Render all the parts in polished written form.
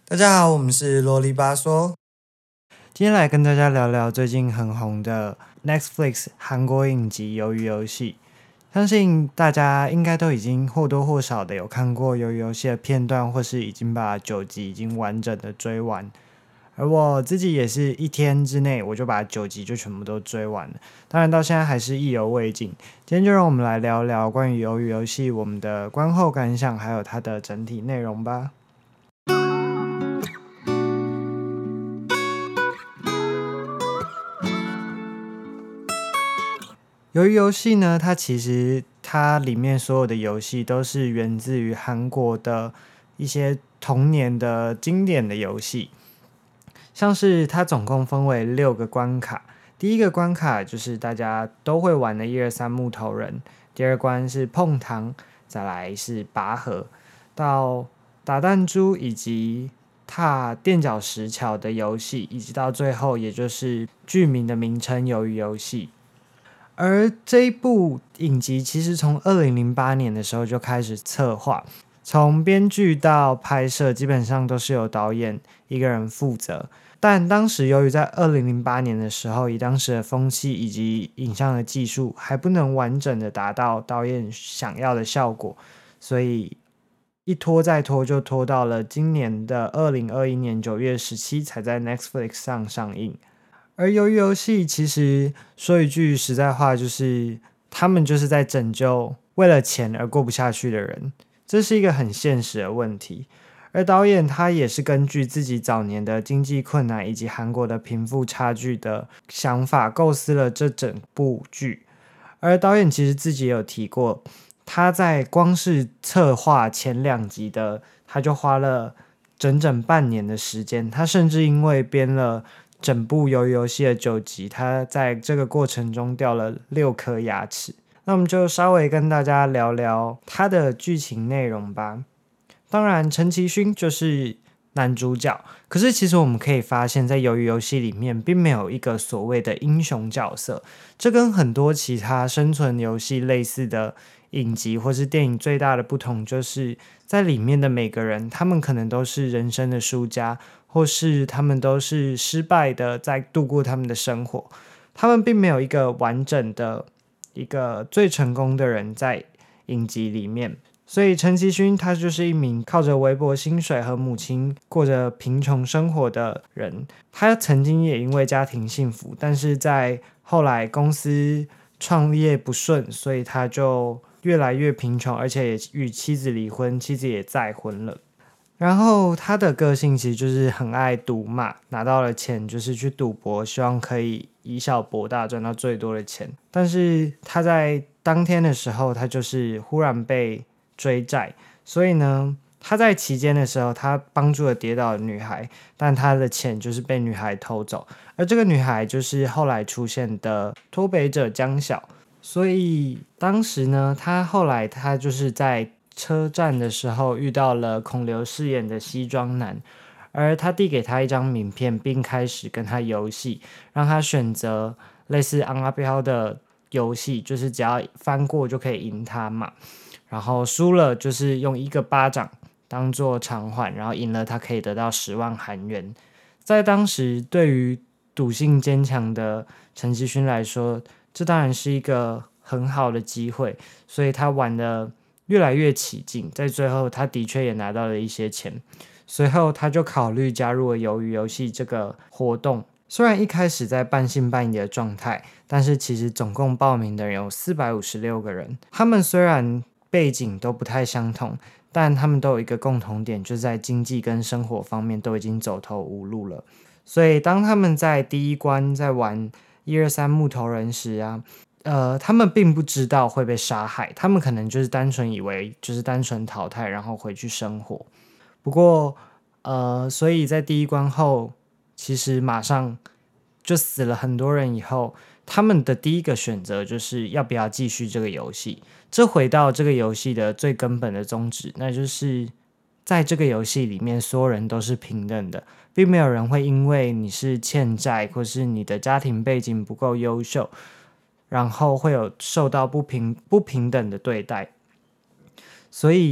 大家好，我们是啰里吧嗦。 今天来跟大家聊聊最近很红的 Netflix 韩国影集《鱿鱼游戏》。相信大家应该都已经或多或少的有看过鱿鱼游戏的片段，或是已经把9集已经完整的追完。而我自己也是一天之内我就把9集就全部都追完了，当然到现在还是意犹未尽。今天就让我们来聊聊关于鱿鱼游戏我们的观后感想，还有它的整体内容吧。鱿鱼游戏呢，它其实它里面所有的游戏都是源自于韩国的一些童年的经典的游戏，像是它总共分为6个关卡。第一个关卡就是大家都会玩的1、2、3木头人，第二关是碰糖，再来是拔河，到打弹珠以及踏垫脚石桥的游戏，以及到最后也就是剧名的名称鱿鱼游戏。而这一部影集其实从2008年的时候就开始策划，从编剧到拍摄基本上都是由导演一个人负责。但当时由于在2008年的时候，以当时的风气以及影像的技术还不能完整的达到导演想要的效果，所以一拖再拖就拖到了今年的2021年9月17才在 Netflix 上映。而鱿鱼游戏其实说一句实在话，就是他们就是在拯救为了钱而过不下去的人，这是一个很现实的问题。而导演他也是根据自己早年的经济困难以及韩国的贫富差距的想法，构思了这整部剧。而导演其实自己也有提过，他在光是策划前2集的，他就花了整整半年的时间。他甚至因为编了整部鱿鱼游戏的9集，他在这个过程中掉了6颗牙齿。那我们就稍微跟大家聊聊它的剧情内容吧。当然，陈其勋就是男主角，可是其实我们可以发现，在鱿鱼游戏里面，并没有一个所谓的英雄角色。这跟很多其他生存游戏类似的影集或是电影最大的不同，就是在里面的每个人，他们可能都是人生的输家，或是他们都是失败的在度过他们的生活。他们并没有一个完整的一个最成功的人在影集里面。所以陈其勋他就是一名靠着微薄薪水和母亲过着贫穷生活的人。他曾经也因为家庭幸福，但是在后来公司创业不顺，所以他就越来越贫穷，而且也与妻子离婚，妻子也再婚了。然后他的个性其实就是很爱赌马，拿到了钱就是去赌博，希望可以以小博大，赚到最多的钱。但是他在当天的时候，他就是忽然被追债，所以呢，他在期间的时候，他帮助了跌倒的女孩，但他的钱就是被女孩偷走，而这个女孩就是后来出现的脱北者江晓。所以当时呢，后来他就是在车站的时候遇到了孔刘饰演的西装男，而他递给他一张名片，并开始跟他游戏，让他选择类似昂阿飘的游戏，就是只要翻过就可以赢他嘛。然后输了就是用1个巴掌当做偿还，然后赢了他可以得到10万韩元。在当时对于赌性坚强的陈其勋来说，这当然是一个很好的机会，所以他玩得越来越起劲，在最后他的确也拿到了一些钱。随后他就考虑加入了鱿鱼游戏这个活动，虽然一开始在半信半疑的状态，但是其实总共报名的人有456个人。他们虽然背景都不太相同，但他们都有一个共同点，就是在经济跟生活方面都已经走投无路了。所以当他们在第一关在玩1、2、3木头人时啊，他们并不知道会被杀害，他们可能就是单纯以为就是单纯淘汰，然后回去生活。不过，所以在第一关后，其实马上就死了很多人以后，他们的第一个选择就是要不要继续这个游戏。这回到这个游戏的最根本的宗旨，那就是在这个游戏里面，所有人都是平等的，并没有人会因为你是欠债或是你的家庭背景不够优秀，然后会有受到不平等的对待。所以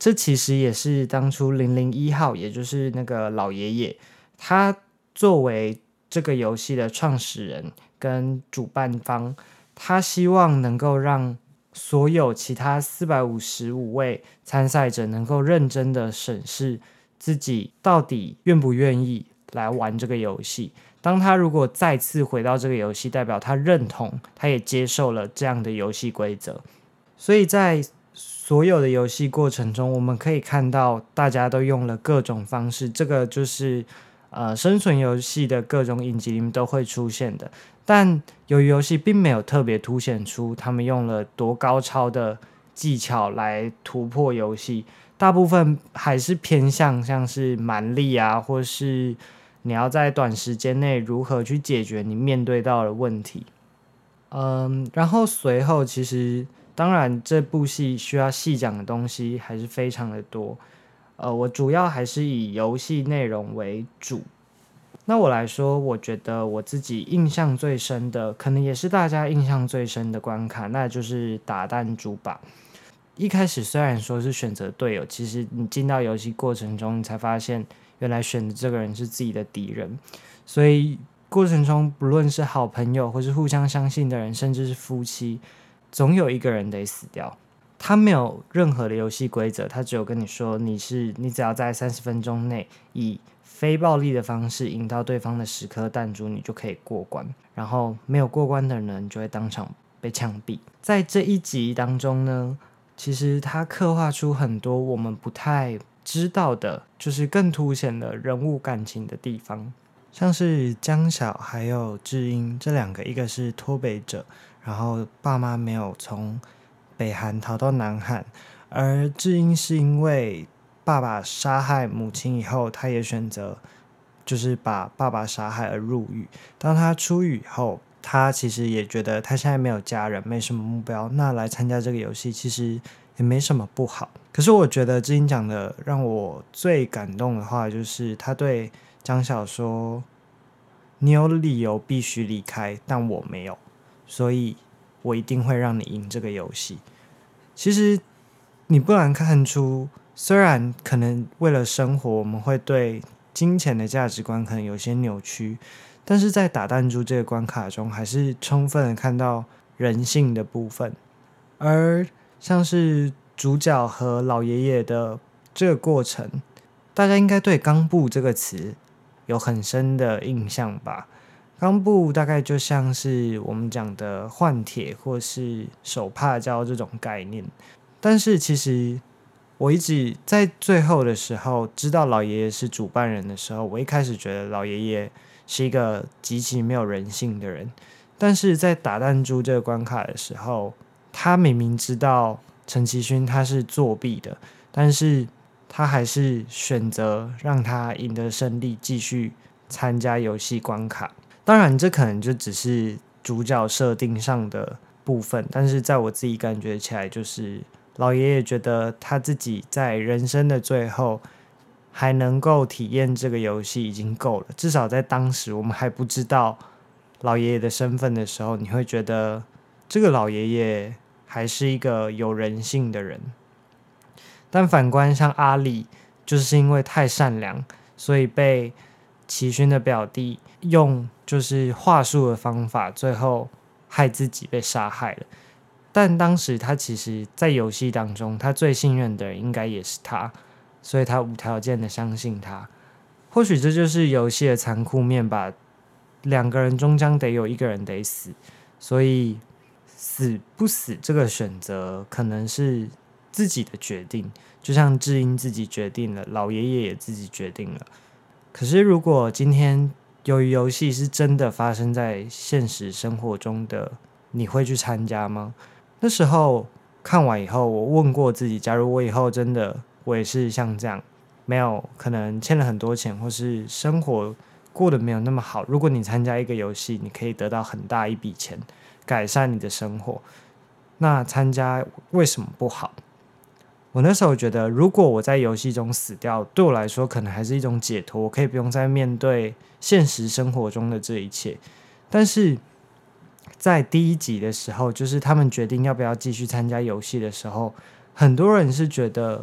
这其实也是当初001号，也就是那个老爷爷，他作为这个游戏的创始人跟主办方，他希望能够让所有其他455位参赛者能够认真的审视自己到底愿不愿意来玩这个游戏。当他如果再次回到这个游戏，代表他认同，他也接受了这样的游戏规则。所以在所有的游戏过程中，我们可以看到大家都用了各种方式，这个就是生存游戏的各种影集里面都会出现的。但由于游戏并没有特别凸显出他们用了多高超的技巧来突破游戏，大部分还是偏向像是蛮力啊，或是你要在短时间内如何去解决你面对到的问题。然后随后其实当然这部戏需要细讲的东西还是非常的多，我主要还是以游戏内容为主。那我来说，我觉得我自己印象最深的，可能也是大家印象最深的关卡，那就是打弹珠吧。一开始虽然说是选择队友，其实你进到游戏过程中，你才发现原来选的这个人是自己的敌人。所以过程中，不论是好朋友，或是互相相信的人，甚至是夫妻，总有一个人得死掉。他没有任何的游戏规则，他只有跟你说你只要在30分钟内以非暴力的方式赢到对方的10颗弹珠，你就可以过关。然后没有过关的人就会当场被枪毙。在这一集当中呢，其实他刻画出很多我们不太知道的，就是更凸显了人物感情的地方。像是江晓还有智英这两个，一个是脱北者，然后爸妈没有从北韩逃到南韩，而智英是因为爸爸杀害母亲以后，他也选择就是把爸爸杀害而入狱。当他出狱以后，他其实也觉得他现在没有家人，没什么目标，那来参加这个游戏其实也没什么不好。可是我觉得智英讲的让我最感动的话，就是他对江晓说：“你有理由必须离开，但我没有，所以我一定会让你赢这个游戏。”其实你不难看出，虽然可能为了生活，我们会对金钱的价值观可能有些扭曲，但是在打弹珠这个关卡中，还是充分的看到人性的部分。而像是主角和老爷爷的这个过程，大家应该对钢布这个词有很深的印象吧。钢布大概就像是我们讲的换铁或是手帕胶这种概念，但是其实我一直在最后的时候知道老爷爷是主办人的时候，我一开始觉得老爷爷是一个极其没有人性的人，但是在打弹珠这个关卡的时候，他明明知道陈其勋他是作弊的，但是他还是选择让他赢得胜利，继续参加游戏关卡。当然这可能就只是主角设定上的部分，但是在我自己感觉起来，就是老爷爷觉得他自己在人生的最后还能够体验这个游戏已经够了。至少在当时我们还不知道老爷爷的身份的时候，你会觉得这个老爷爷还是一个有人性的人。但反观像阿里，就是因为太善良，所以被齐勋的表弟用就是话术的方法，最后害自己被杀害了。但当时他其实在游戏当中，他最信任的人应该也是他，所以他无条件的相信他。或许这就是游戏的残酷面吧，两个人终将得有一个人得死，所以死不死这个选择可能是自己的决定，就像智英自己决定了，老爷爷也自己决定了。可是如果今天由于游戏是真的发生在现实生活中的，你会去参加吗？那时候看完以后，我问过自己，假如我以后真的我也是像这样，没有可能欠了很多钱，或是生活过得没有那么好，如果你参加一个游戏，你可以得到很大一笔钱，改善你的生活，那参加为什么不好？我那时候觉得，如果我在游戏中死掉，对我来说可能还是一种解脱，我可以不用再面对现实生活中的这一切。但是在第一集的时候，就是他们决定要不要继续参加游戏的时候，很多人是觉得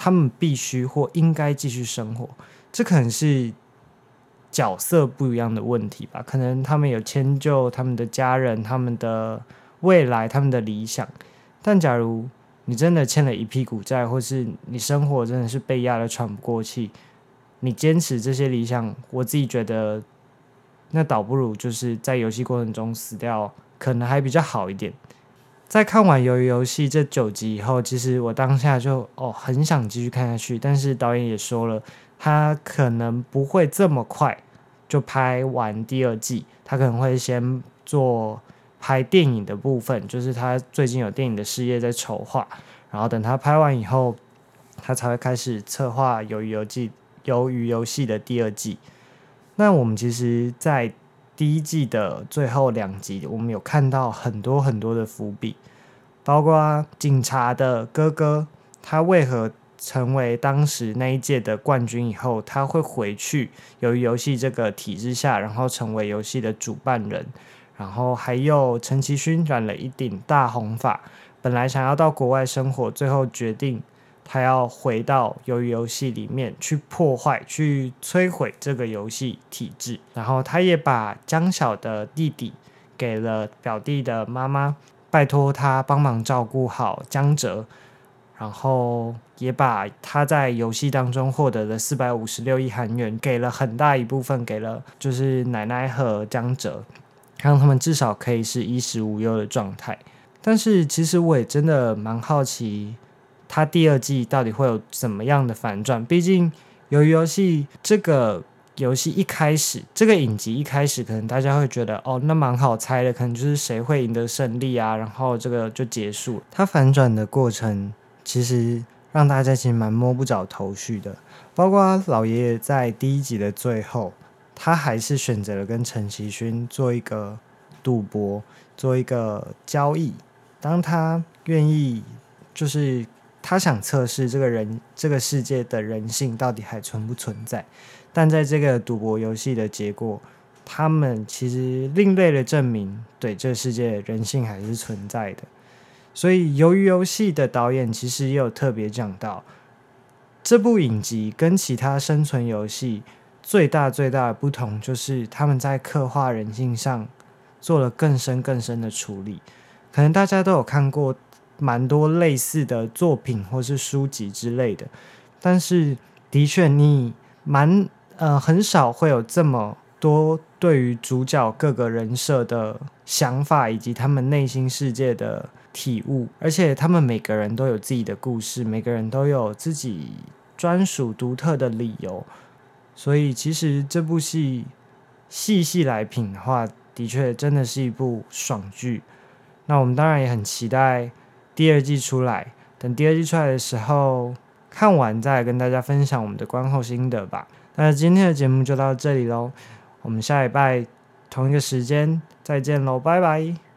他们必须或应该继续生活。这可能是角色不一样的问题吧，可能他们有迁就他们的家人、他们的未来、他们的理想，但假如你真的欠了一屁股债，或是你生活真的是被压得喘不过气，你坚持这些理想，我自己觉得那倒不如就是在游戏过程中死掉，可能还比较好一点。在看完《鱿鱼游戏》这9集以后，其实我当下就很想继续看下去，但是导演也说了，他可能不会这么快就拍完第2季，他可能会先做拍电影的部分，就是他最近有电影的事业在筹划，然后等他拍完以后，他才会开始策划鱿鱼游戏的第2季。那我们其实在第1季的最后2集，我们有看到很多很多的伏笔，包括警察的哥哥，他为何成为当时那一届的冠军以后，他会回去鱿鱼游戏这个体制下，然后成为游戏的主办人。然后还有陈其勋染了一顶大红发，本来想要到国外生活，最后决定他要回到鱿鱼游戏里面去破坏、去摧毁这个游戏体制。然后他也把江小的弟弟给了表弟的妈妈，拜托他帮忙照顾好江哲，然后也把他在游戏当中获得的456亿韩元给了很大一部分给了就是奶奶和江哲，让他们至少可以是衣食无忧的状态。但是其实我也真的蛮好奇他第2季到底会有怎么样的反转，毕竟鱿鱼游戏这个游戏一开始，这个影集一开始可能大家会觉得那蛮好猜的，可能就是谁会赢得胜利啊，然后这个就结束。它反转的过程其实让大家其实蛮摸不着头绪的，包括老爷爷在第1集的最后，他还是选择了跟陈其勋做一个赌博，做一个交易。当他愿意，就是他想测试这个世界的人性到底还存不存在，但在这个赌博游戏的结果，他们其实另类的证明，对这个世界人性还是存在的。所以鱿鱼游戏的导演其实也有特别讲到，这部影集跟其他生存游戏最大的不同，就是他们在刻画人性上做了更深的处理。可能大家都有看过蛮多类似的作品或是书籍之类的，但是的确你很少会有这么多对于主角各个人设的想法以及他们内心世界的体悟，而且他们每个人都有自己的故事，每个人都有自己专属独特的理由，所以其实这部戏细来品的话，的确真的是一部爽剧。那我们当然也很期待第2季出来，等第2季出来的时候看完再来跟大家分享我们的观后心得吧。那今天的节目就到这里咯，我们下礼拜同一个时间再见咯，拜拜。